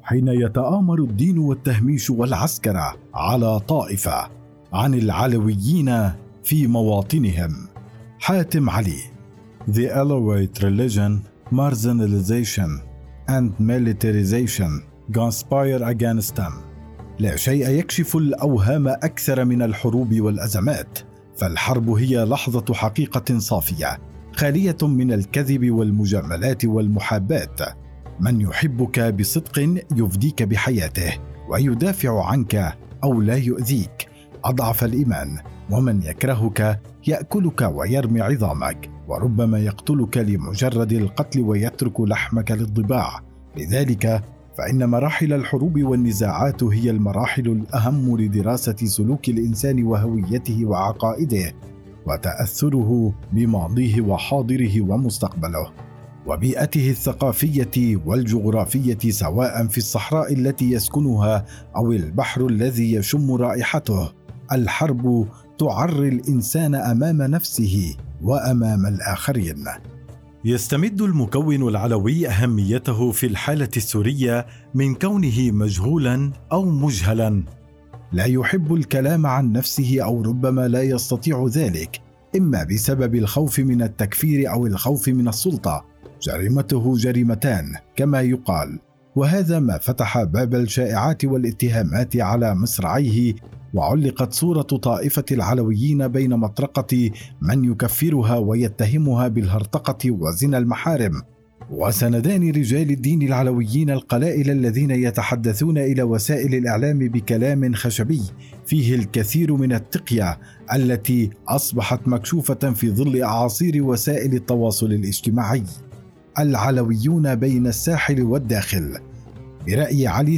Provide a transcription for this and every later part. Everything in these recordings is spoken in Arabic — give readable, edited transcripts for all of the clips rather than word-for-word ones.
حين يتآمر الدين والتهميش والعسكرة على طائفة عن العلويين في مواطنهم. حاتم علي. The Alawite religion, marginalization and militarization conspire against them. لا شيء يكشف الأوهام أكثر من الحروب والأزمات، فالحرب هي لحظة حقيقة صافية خالية من الكذب والمجاملات والمحابات. من يحبك بصدق يفديك بحياته ويدافع عنك أو لا يؤذيك أضعف الإيمان، ومن يكرهك يأكلك ويرمي عظامك، وربما يقتلك لمجرد القتل ويترك لحمك للضباع. لذلك فإن مراحل الحروب والنزاعات هي المراحل الأهم لدراسة سلوك الإنسان وهويته وعقائده وتأثره بماضيه وحاضره ومستقبله وبيئته الثقافية والجغرافية، سواء في الصحراء التي يسكنها أو البحر الذي يشم رائحته. الحرب تعري الإنسان أمام نفسه وأمام الآخرين. يستمد المكون العلوي أهميته في الحالة السورية من كونه مجهولا أو مجهلا، لا يحب الكلام عن نفسه أو ربما لا يستطيع ذلك، إما بسبب الخوف من التكفير أو الخوف من السلطة. جريمته جريمتان كما يقال، وهذا ما فتح باب الشائعات والاتهامات على مصراعيه، وعلقت صورة طائفة العلويين بين مطرقة من يكفرها ويتهمها بالهرطقة وزنا المحارم، وسندان رجال الدين العلويين القلائل الذين يتحدثون إلى وسائل الإعلام بكلام خشبي فيه الكثير من التقية التي أصبحت مكشوفة في ظل أعاصير وسائل التواصل الاجتماعي. العلويون بين الساحل والداخل. برأي علي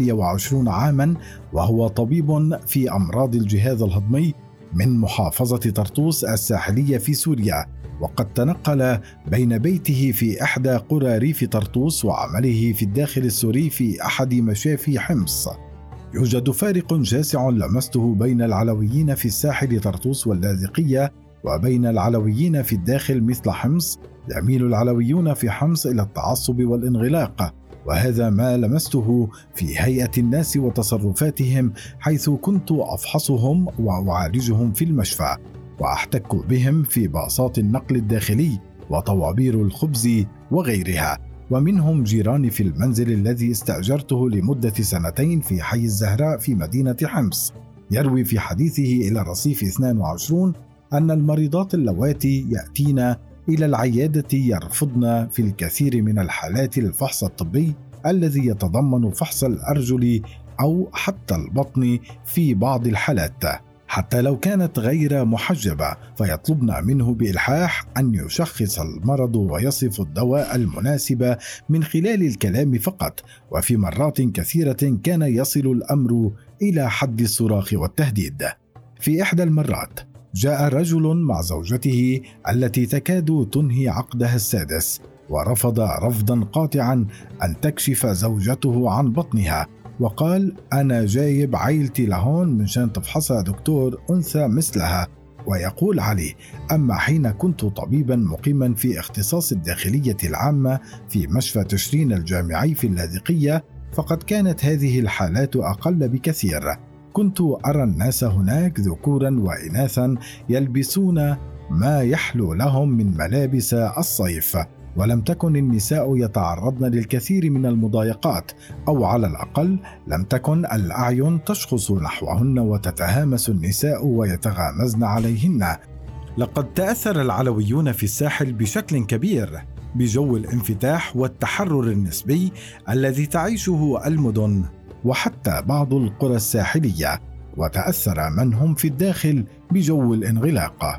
28 عاما، وهو طبيب في أمراض الجهاز الهضمي من محافظة طرطوس الساحلية في سوريا، وقد تنقل بين بيته في إحدى قرى ريف طرطوس وعمله في الداخل السوري في أحد مشافي حمص. يوجد فارق شاسع لمسته بين العلويين في الساحل طرطوس واللاذقية وبين العلويين في الداخل مثل حمص. يميل العلويون في حمص إلى التعصب والانغلاق، وهذا ما لمسته في هيئة الناس وتصرفاتهم، حيث كنت أفحصهم وأعالجهم في المشفى، وأحتك بهم في باصات النقل الداخلي وطوابير الخبز وغيرها. ومنهم جيراني في المنزل الذي استأجرته لمدة 2 في حي الزهراء في مدينة حمص. يروي في حديثه إلى رصيف 22 أن المريضات اللواتي يأتين إلى العيادة يرفضن في الكثير من الحالات الفحص الطبي الذي يتضمن فحص الأرجل أو حتى البطن في بعض الحالات، حتى لو كانت غير محجبة، فيطلبن منه بإلحاح أن يشخص المرض ويصف الدواء المناسب من خلال الكلام فقط. وفي مرات كثيرة كان يصل الأمر إلى حد الصراخ والتهديد. في إحدى المرات جاء رجل مع زوجته التي تكاد تنهي عقدها السادس، ورفض رفضا قاطعا أن تكشف زوجته عن بطنها، وقال: أنا جايب عائلتي لهون منشان تفحصها دكتور أنثى مثلها. ويقول علي: أما حين كنت طبيبا مقيما في اختصاص الداخلية العامة في مشفى تشرين الجامعي في اللاذقية، فقد كانت هذه الحالات أقل بكثير. كنت أرى الناس هناك ذكورا وإناثا يلبسون ما يحلو لهم من ملابس الصيف، ولم تكن النساء يتعرضن للكثير من المضايقات، أو على الأقل لم تكن الأعين تشخص نحوهن وتتهامس النساء ويتغامزن عليهن. لقد تأثر العلويون في الساحل بشكل كبير بجو الانفتاح والتحرر النسبي الذي تعيشه المدن وحتى بعض القرى الساحلية، وتأثر من هم في الداخل بجو الانغلاق.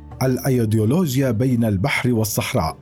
الأيديولوجيا بين البحر والصحراء.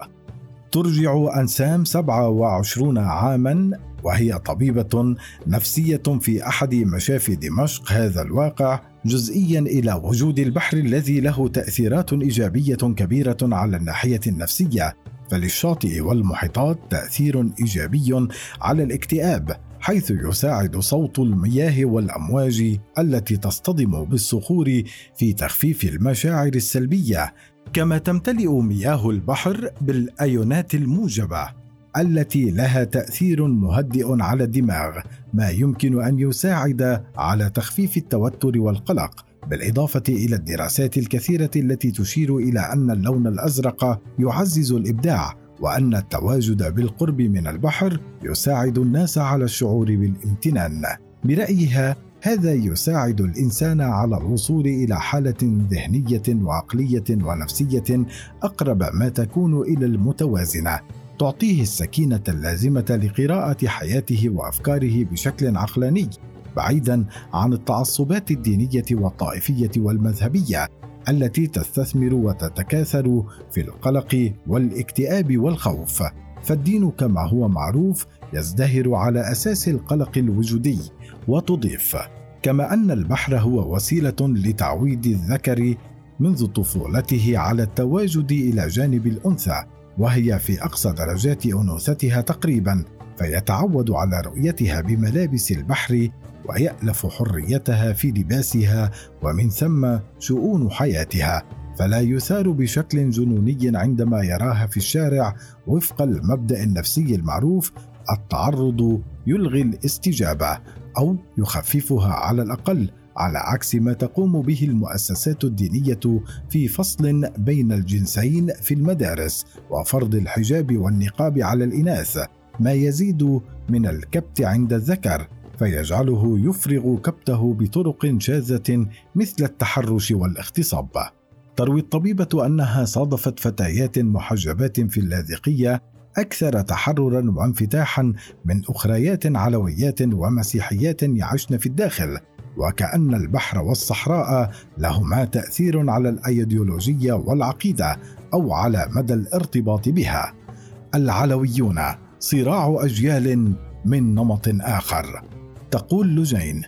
ترجع أنسام 27 عاما، وهي طبيبة نفسية في أحد مشافي دمشق، هذا الواقع جزئيا إلى وجود البحر الذي له تأثيرات إيجابية كبيرة على الناحية النفسية. فللشاطئ والمحيطات تأثير إيجابي على الاكتئاب، حيث يساعد صوت المياه والأمواج التي تصطدم بالصخور في تخفيف المشاعر السلبية، كما تمتلئ مياه البحر بالأيونات الموجبة. التي لها تأثير مهدئ على الدماغ، ما يمكن أن يساعد على تخفيف التوتر والقلق، بالإضافة إلى الدراسات الكثيرة التي تشير إلى أن اللون الأزرق يعزز الإبداع، وأن التواجد بالقرب من البحر يساعد الناس على الشعور بالامتنان. برأيها هذا يساعد الإنسان على الوصول إلى حالة ذهنية وعقلية ونفسية أقرب ما تكون إلى المتوازنة، تعطيه السكينة اللازمة لقراءة حياته وأفكاره بشكل عقلاني، بعيداً عن التعصبات الدينية والطائفية والمذهبية التي تستثمر وتتكاثر في القلق والاكتئاب والخوف. فالدين كما هو معروف يزدهر على أساس القلق الوجودي. وتضيف: كما أن البحر هو وسيلة لتعويد الذكر منذ طفولته على التواجد إلى جانب الأنثى وهي في أقصى درجات أنوثتها تقريبا، فيتعود على رؤيتها بملابس البحر ويألف حريتها في لباسها ومن ثم شؤون حياتها، فلا يثار بشكل جنوني عندما يراها في الشارع، وفق المبدأ النفسي المعروف: التعرض يلغي الاستجابة أو يخففها على الأقل، على عكس ما تقوم به المؤسسات الدينية في فصل بين الجنسين في المدارس وفرض الحجاب والنقاب على الإناث، ما يزيد من الكبت عند الذكر فيجعله يفرغ كبته بطرق شاذة مثل التحرش والاغتصاب. تروي الطبيبة أنها صادفت فتيات محجبات في اللاذقية أكثر تحرراً وانفتاحاً من أخريات علويات ومسيحيات يعشن في الداخل، وكأن البحر والصحراء لهما تأثير على الأيديولوجية والعقيدة أو على مدى الارتباط بها. العلويون صراع أجيال من نمط آخر. تقول لجين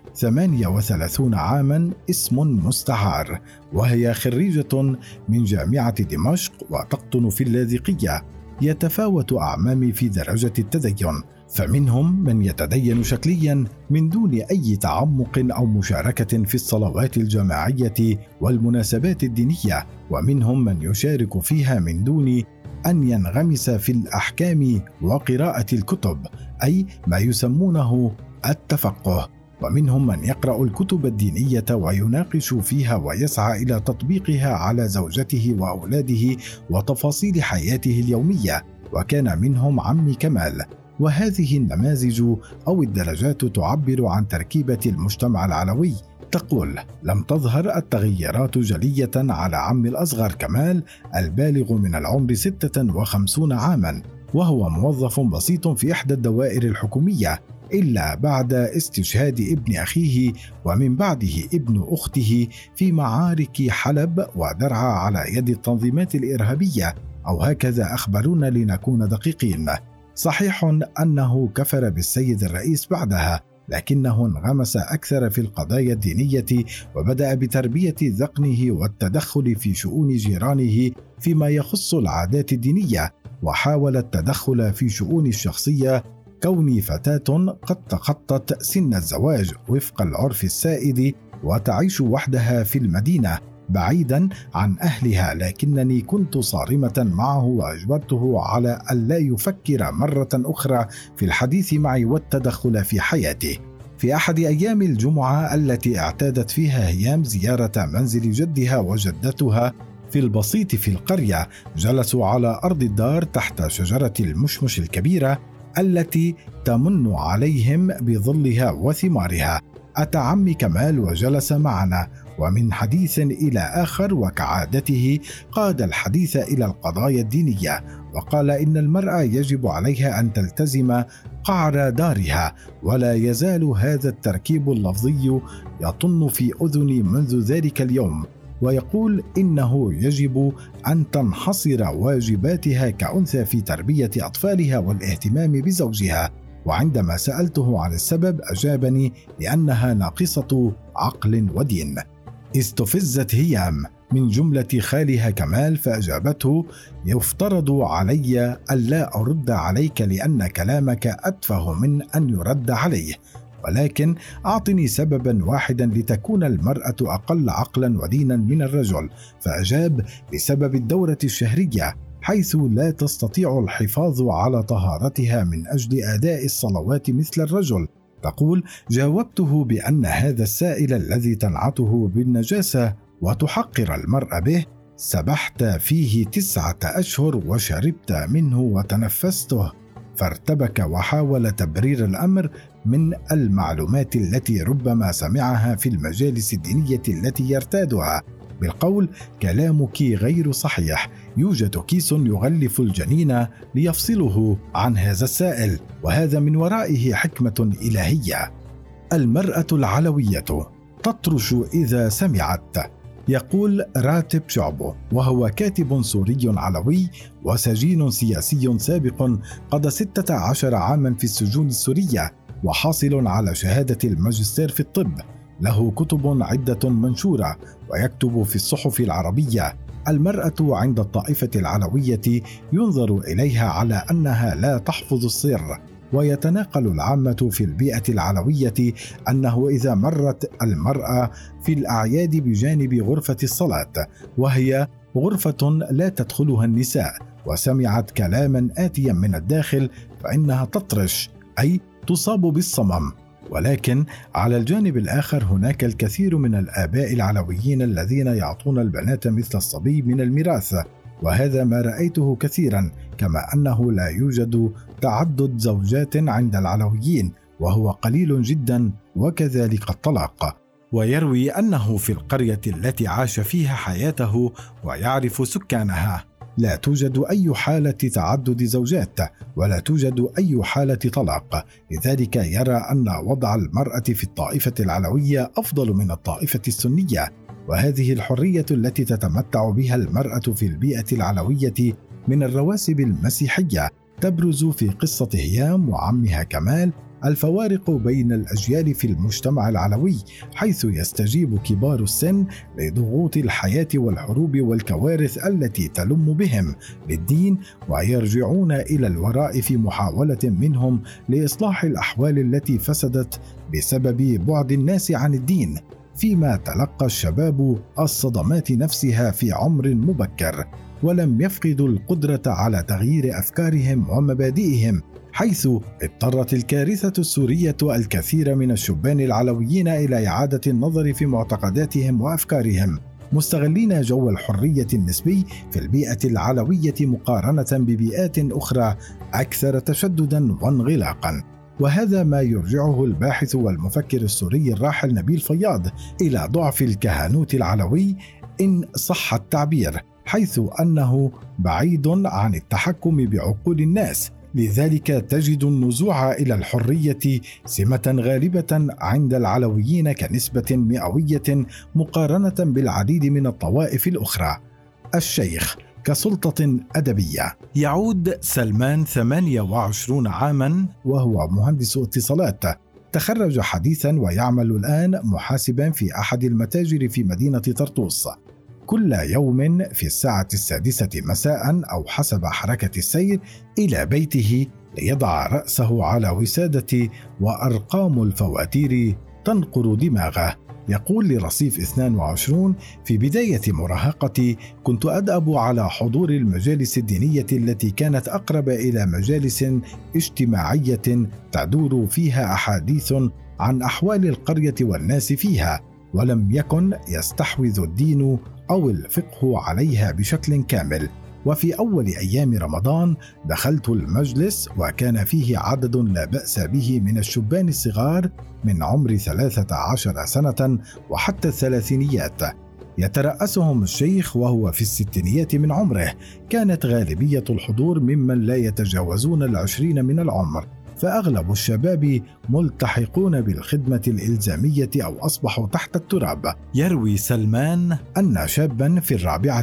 38 عاما، اسم مستعار، وهي خريجة من جامعة دمشق وتقطن في اللاذقية. يتفاوت أعمامي في درجة التدين، فمنهم من يتدين شكليا من دون أي تعمق أو مشاركة في الصلوات الجماعية والمناسبات الدينية، ومنهم من يشارك فيها من دون أن ينغمس في الأحكام وقراءة الكتب، أي ما يسمونه التفقه، ومنهم من يقرأ الكتب الدينية ويناقش فيها ويسعى إلى تطبيقها على زوجته وأولاده وتفاصيل حياته اليومية، وكان منهم عمي كمال. وهذه النماذج أو الدرجات تعبر عن تركيبة المجتمع العلوي. تقول: لم تظهر التغيرات جلية على عمي الأصغر كمال البالغ من العمر 56 عاما، وهو موظف بسيط في إحدى الدوائر الحكومية، إلا بعد استشهاد ابن أخيه ومن بعده ابن أخته في معارك حلب ودرعا على يد التنظيمات الإرهابية، أو هكذا أخبرونا لنكون دقيقين. صحيح أنه كفر بالسيد الرئيس بعدها، لكنه انغمس أكثر في القضايا الدينية وبدأ بتربية ذقنه والتدخل في شؤون جيرانه فيما يخص العادات الدينية، وحاول التدخل في شؤون الشخصية، كوني فتاة قد تخطت سن الزواج وفق العرف السائد وتعيش وحدها في المدينة بعيدا عن أهلها، لكنني كنت صارمة معه وأجبرته على ألا يفكر مرة أخرى في الحديث معي والتدخل في حياته. في أحد أيام الجمعة التي اعتادت فيها هيام زيارة منزل جدها وجدتها في البسيط في القرية، جلسوا على أرض الدار تحت شجرة المشمش الكبيرة التي تمن عليهم بظلها وثمارها. أتى عمي كمال وجلس معنا، ومن حديث إلى آخر وكعادته قاد الحديث إلى القضايا الدينية، وقال إن المرأة يجب عليها أن تلتزم قعر دارها، ولا يزال هذا التركيب اللفظي يطن في أذني منذ ذلك اليوم، ويقول إنه يجب أن تنحصر واجباتها كأنثى في تربية أطفالها والاهتمام بزوجها. وعندما سألته عن السبب أجابني لأنها ناقصة عقل ودين. استفزت هيام من جملة خالها كمال فأجابته: يفترض علي ألا أرد عليك لأن كلامك أتفه من أن يرد عليه، ولكن أعطني سببا واحدا لتكون المرأة أقل عقلا ودينا من الرجل. فأجاب: بسبب الدورة الشهرية، حيث لا تستطيع الحفاظ على طهارتها من أجل أداء الصلوات مثل الرجل. تقول: جاوبته بأن هذا السائل الذي تنعته بالنجاسة وتحقر المرء به سبحت فيه 9 أشهر وشربت منه وتنفسته. فارتبك وحاول تبرير الأمر من المعلومات التي ربما سمعها في المجالس الدينية التي يرتادها بالقول: كلامك غير صحيح، يوجد كيس يغلف الجنين ليفصله عن هذا السائل، وهذا من ورائه حكمة إلهية. المرأة العلوية تطرش إذا سمعت. يقول راتب شعبو، وهو كاتب سوري علوي وسجين سياسي سابق، قضى 16 عاما في السجون السورية وحاصل على شهادة الماجستير في الطب. له كتب عدة منشورة ويكتب في الصحف العربية. المرأة عند الطائفة العلوية ينظر إليها على أنها لا تحفظ السر، ويتناقل العامة في البيئة العلوية أنه إذا مرت المرأة في الأعياد بجانب غرفة الصلاة وهي غرفة لا تدخلها النساء وسمعت كلاما آتيا من الداخل فإنها تطرش، أي تصاب بالصمم. ولكن على الجانب الآخر هناك الكثير من الآباء العلويين الذين يعطون البنات مثل الصبي من الميراث، وهذا ما رأيته كثيرا، كما أنه لا يوجد تعدد زوجات عند العلويين وهو قليل جدا، وكذلك الطلاق. ويروي أنه في القرية التي عاش فيها حياته ويعرف سكانها لا توجد أي حالة تعدد زوجات ولا توجد أي حالة طلاق، لذلك يرى أن وضع المرأة في الطائفة العلوية أفضل من الطائفة السنية. وهذه الحرية التي تتمتع بها المرأة في البيئة العلوية من الرواسب المسيحية تبرز في قصة هيام وعمها كمال. الفوارق بين الأجيال في المجتمع العلوي، حيث يستجيب كبار السن لضغوط الحياة والحروب والكوارث التي تلم بهم للدين، ويرجعون إلى الوراء في محاولة منهم لإصلاح الأحوال التي فسدت بسبب بعد الناس عن الدين، فيما تلقى الشباب الصدمات نفسها في عمر مبكر ولم يفقدوا القدرة على تغيير أفكارهم ومبادئهم، حيث اضطرت الكارثة السورية الكثير من الشبان العلويين إلى إعادة النظر في معتقداتهم وأفكارهم، مستغلين جو الحرية النسبي في البيئة العلوية مقارنة ببيئات أخرى أكثر تشددا وانغلاقا. وهذا ما يرجعه الباحث والمفكر السوري الراحل نبيل فياض إلى ضعف الكهنوت العلوي إن صح التعبير، حيث أنه بعيد عن التحكم بعقول الناس. لذلك تجد النزوع إلى الحرية سمة غالبة عند العلويين كنسبة مئوية مقارنة بالعديد من الطوائف الأخرى. الشيخ كسلطة أدبية. يعود سلمان 28 عاما وهو مهندس اتصالات، تخرج حديثا ويعمل الآن محاسبا في أحد المتاجر في مدينة طرطوس. كل يوم في الساعة 6 مساء أو حسب حركة السير إلى بيته ليضع رأسه على وسادة وأرقام الفواتير تنقر دماغه. يقول لرصيف 22: في بداية مراهقتي كنت أدأب على حضور المجالس الدينية التي كانت أقرب إلى مجالس اجتماعية تدور فيها أحاديث عن أحوال القرية والناس فيها، ولم يكن يستحوذ الدين أو الفقه عليها بشكل كامل. وفي أول أيام رمضان دخلت المجلس وكان فيه عدد لا بأس به من الشبان الصغار من عمر 13 سنة وحتى الثلاثينيات، يترأسهم الشيخ وهو في الستينيات من عمره. كانت غالبية الحضور ممن لا يتجاوزون 20 من العمر، فأغلب الشباب ملتحقون بالخدمة الإلزامية أو أصبحوا تحت التراب. يروي سلمان أن شابا في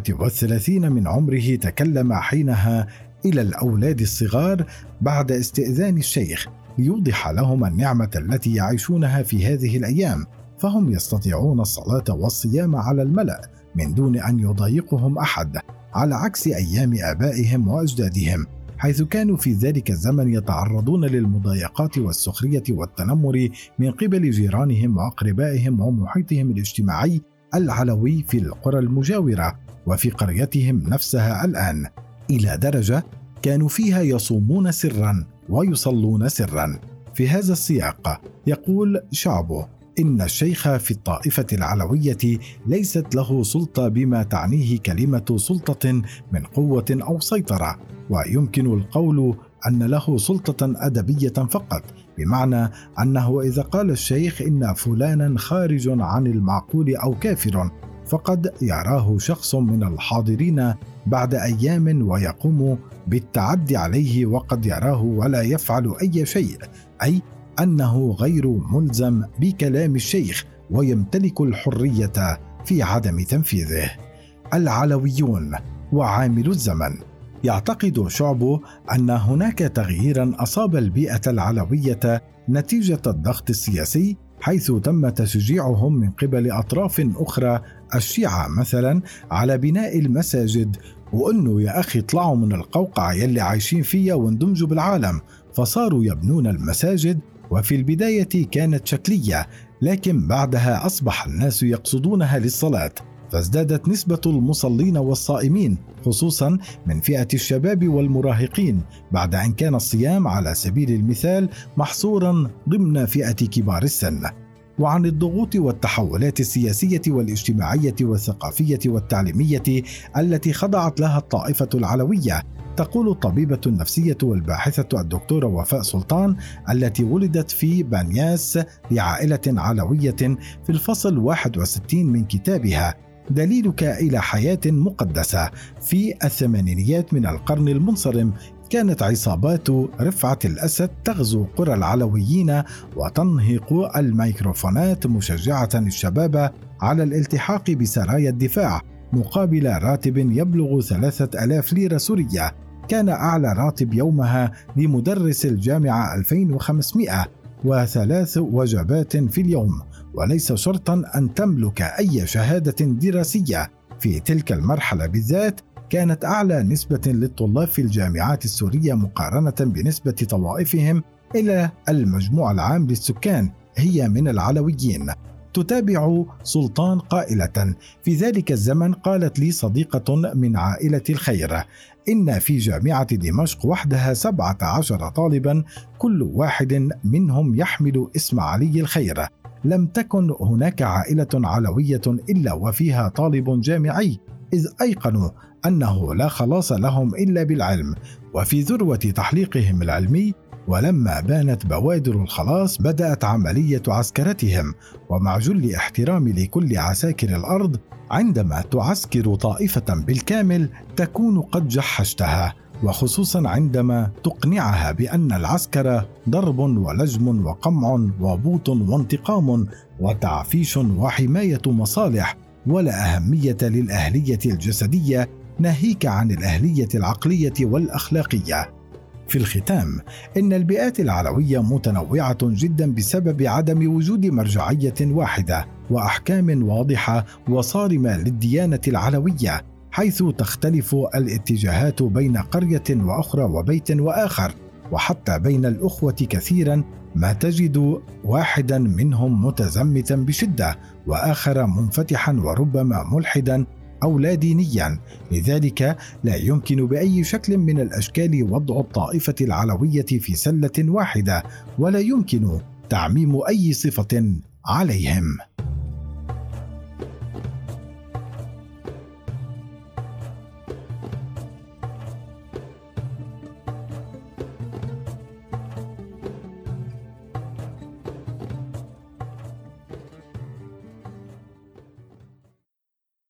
34 من عمره تكلم حينها إلى الأولاد الصغار بعد استئذان الشيخ ليوضح لهم النعمة التي يعيشونها في هذه الأيام، فهم يستطيعون الصلاة والصيام على الملأ من دون أن يضايقهم أحد، على عكس أيام آبائهم وأجدادهم، حيث كانوا في ذلك الزمن يتعرضون للمضايقات والسخرية والتنمر من قبل جيرانهم وأقربائهم ومحيطهم الاجتماعي العلوي في القرى المجاورة وفي قريتهم نفسها الآن. إلى درجة كانوا فيها يصومون سرا ويصلون سرا. في هذا السياق يقول شعبه إن الشيخ في الطائفة العلوية ليست له سلطة بما تعنيه كلمة سلطة من قوة أو سيطرة، ويمكن القول أن له سلطة أدبية فقط، بمعنى أنه إذا قال الشيخ إن فلانا خارج عن المعقول أو كافر، فقد يراه شخص من الحاضرين بعد أيام ويقوم بالتعدي عليه وقد يراه ولا يفعل أي شيء، أي أنه غير ملزم بكلام الشيخ ويمتلك الحرية في عدم تنفيذه. العلويون وعامل الزمن. يعتقد شعبه أن هناك تغييرا أصاب البيئة العلوية نتيجة الضغط السياسي، حيث تم تشجيعهم من قبل أطراف أخرى الشيعة مثلا على بناء المساجد، وأنه يا أخي اطلعوا من القوقعة يلي عايشين فيها واندمجوا بالعالم، فصاروا يبنون المساجد. وفي البداية كانت شكلية، لكن بعدها أصبح الناس يقصدونها للصلاة، فازدادت نسبة المصلين والصائمين خصوصا من فئة الشباب والمراهقين، بعد أن كان الصيام على سبيل المثال محصورا ضمن فئة كبار السن. وعن الضغوط والتحولات السياسية والاجتماعية والثقافية والتعليمية التي خضعت لها الطائفة العلوية، تقول الطبيبة النفسية والباحثة الدكتورة وفاء سلطان التي ولدت في بانياس لعائلة علوية في الفصل 61 من كتابها دليلك إلى حياة مقدسة. في الثمانينيات من القرن المنصرم كانت عصابات رفعة الأسد تغزو قرى العلويين وتنهق الميكروفونات مشجعة الشباب على الالتحاق بسرايا الدفاع مقابل راتب يبلغ 3000 ليرة سورية. كان أعلى راتب يومها لمدرس الجامعة 2503 وجبات في اليوم، وليس شرطا أن تملك أي شهادة دراسية. في تلك المرحلة بالذات كانت أعلى نسبة للطلاب في الجامعات السورية مقارنة بنسبة طوائفهم إلى المجموع العام للسكان هي من العلويين. تتابع سلطان قائلة: في ذلك الزمن قالت لي صديقة من عائلة الخير إن في جامعة دمشق وحدها 17 طالبا، كل واحد منهم يحمل اسم علي الخير. لم تكن هناك عائلة علوية إلا وفيها طالب جامعي، إذ أيقنوا أنه لا خلاص لهم إلا بالعلم. وفي ذروة تحليقهم العلمي ولما بانت بوادر الخلاص بدأت عملية عسكرتهم. ومع جل احترام لكل عساكر الأرض، عندما تعسكر طائفة بالكامل تكون قد جحشتها، وخصوصا عندما تقنعها بأن العسكر ضرب ولجم وقمع وبوط وانتقام وتعفيش وحماية مصالح، ولا أهمية للأهلية الجسدية ناهيك عن الأهلية العقلية والأخلاقية. في الختام، إن البيئات العلوية متنوعة جدا بسبب عدم وجود مرجعية واحدة وأحكام واضحة وصارمة للديانة العلوية، حيث تختلف الاتجاهات بين قرية وأخرى وبيت وآخر، وحتى بين الأخوة كثيرا ما تجد واحدا منهم متزمتا بشدة وآخر منفتحا وربما ملحدا أو لا دينيا. لذلك لا يمكن بأي شكل من الأشكال وضع الطائفة العلوية في سلة واحدة، ولا يمكن تعميم أي صفة عليهم.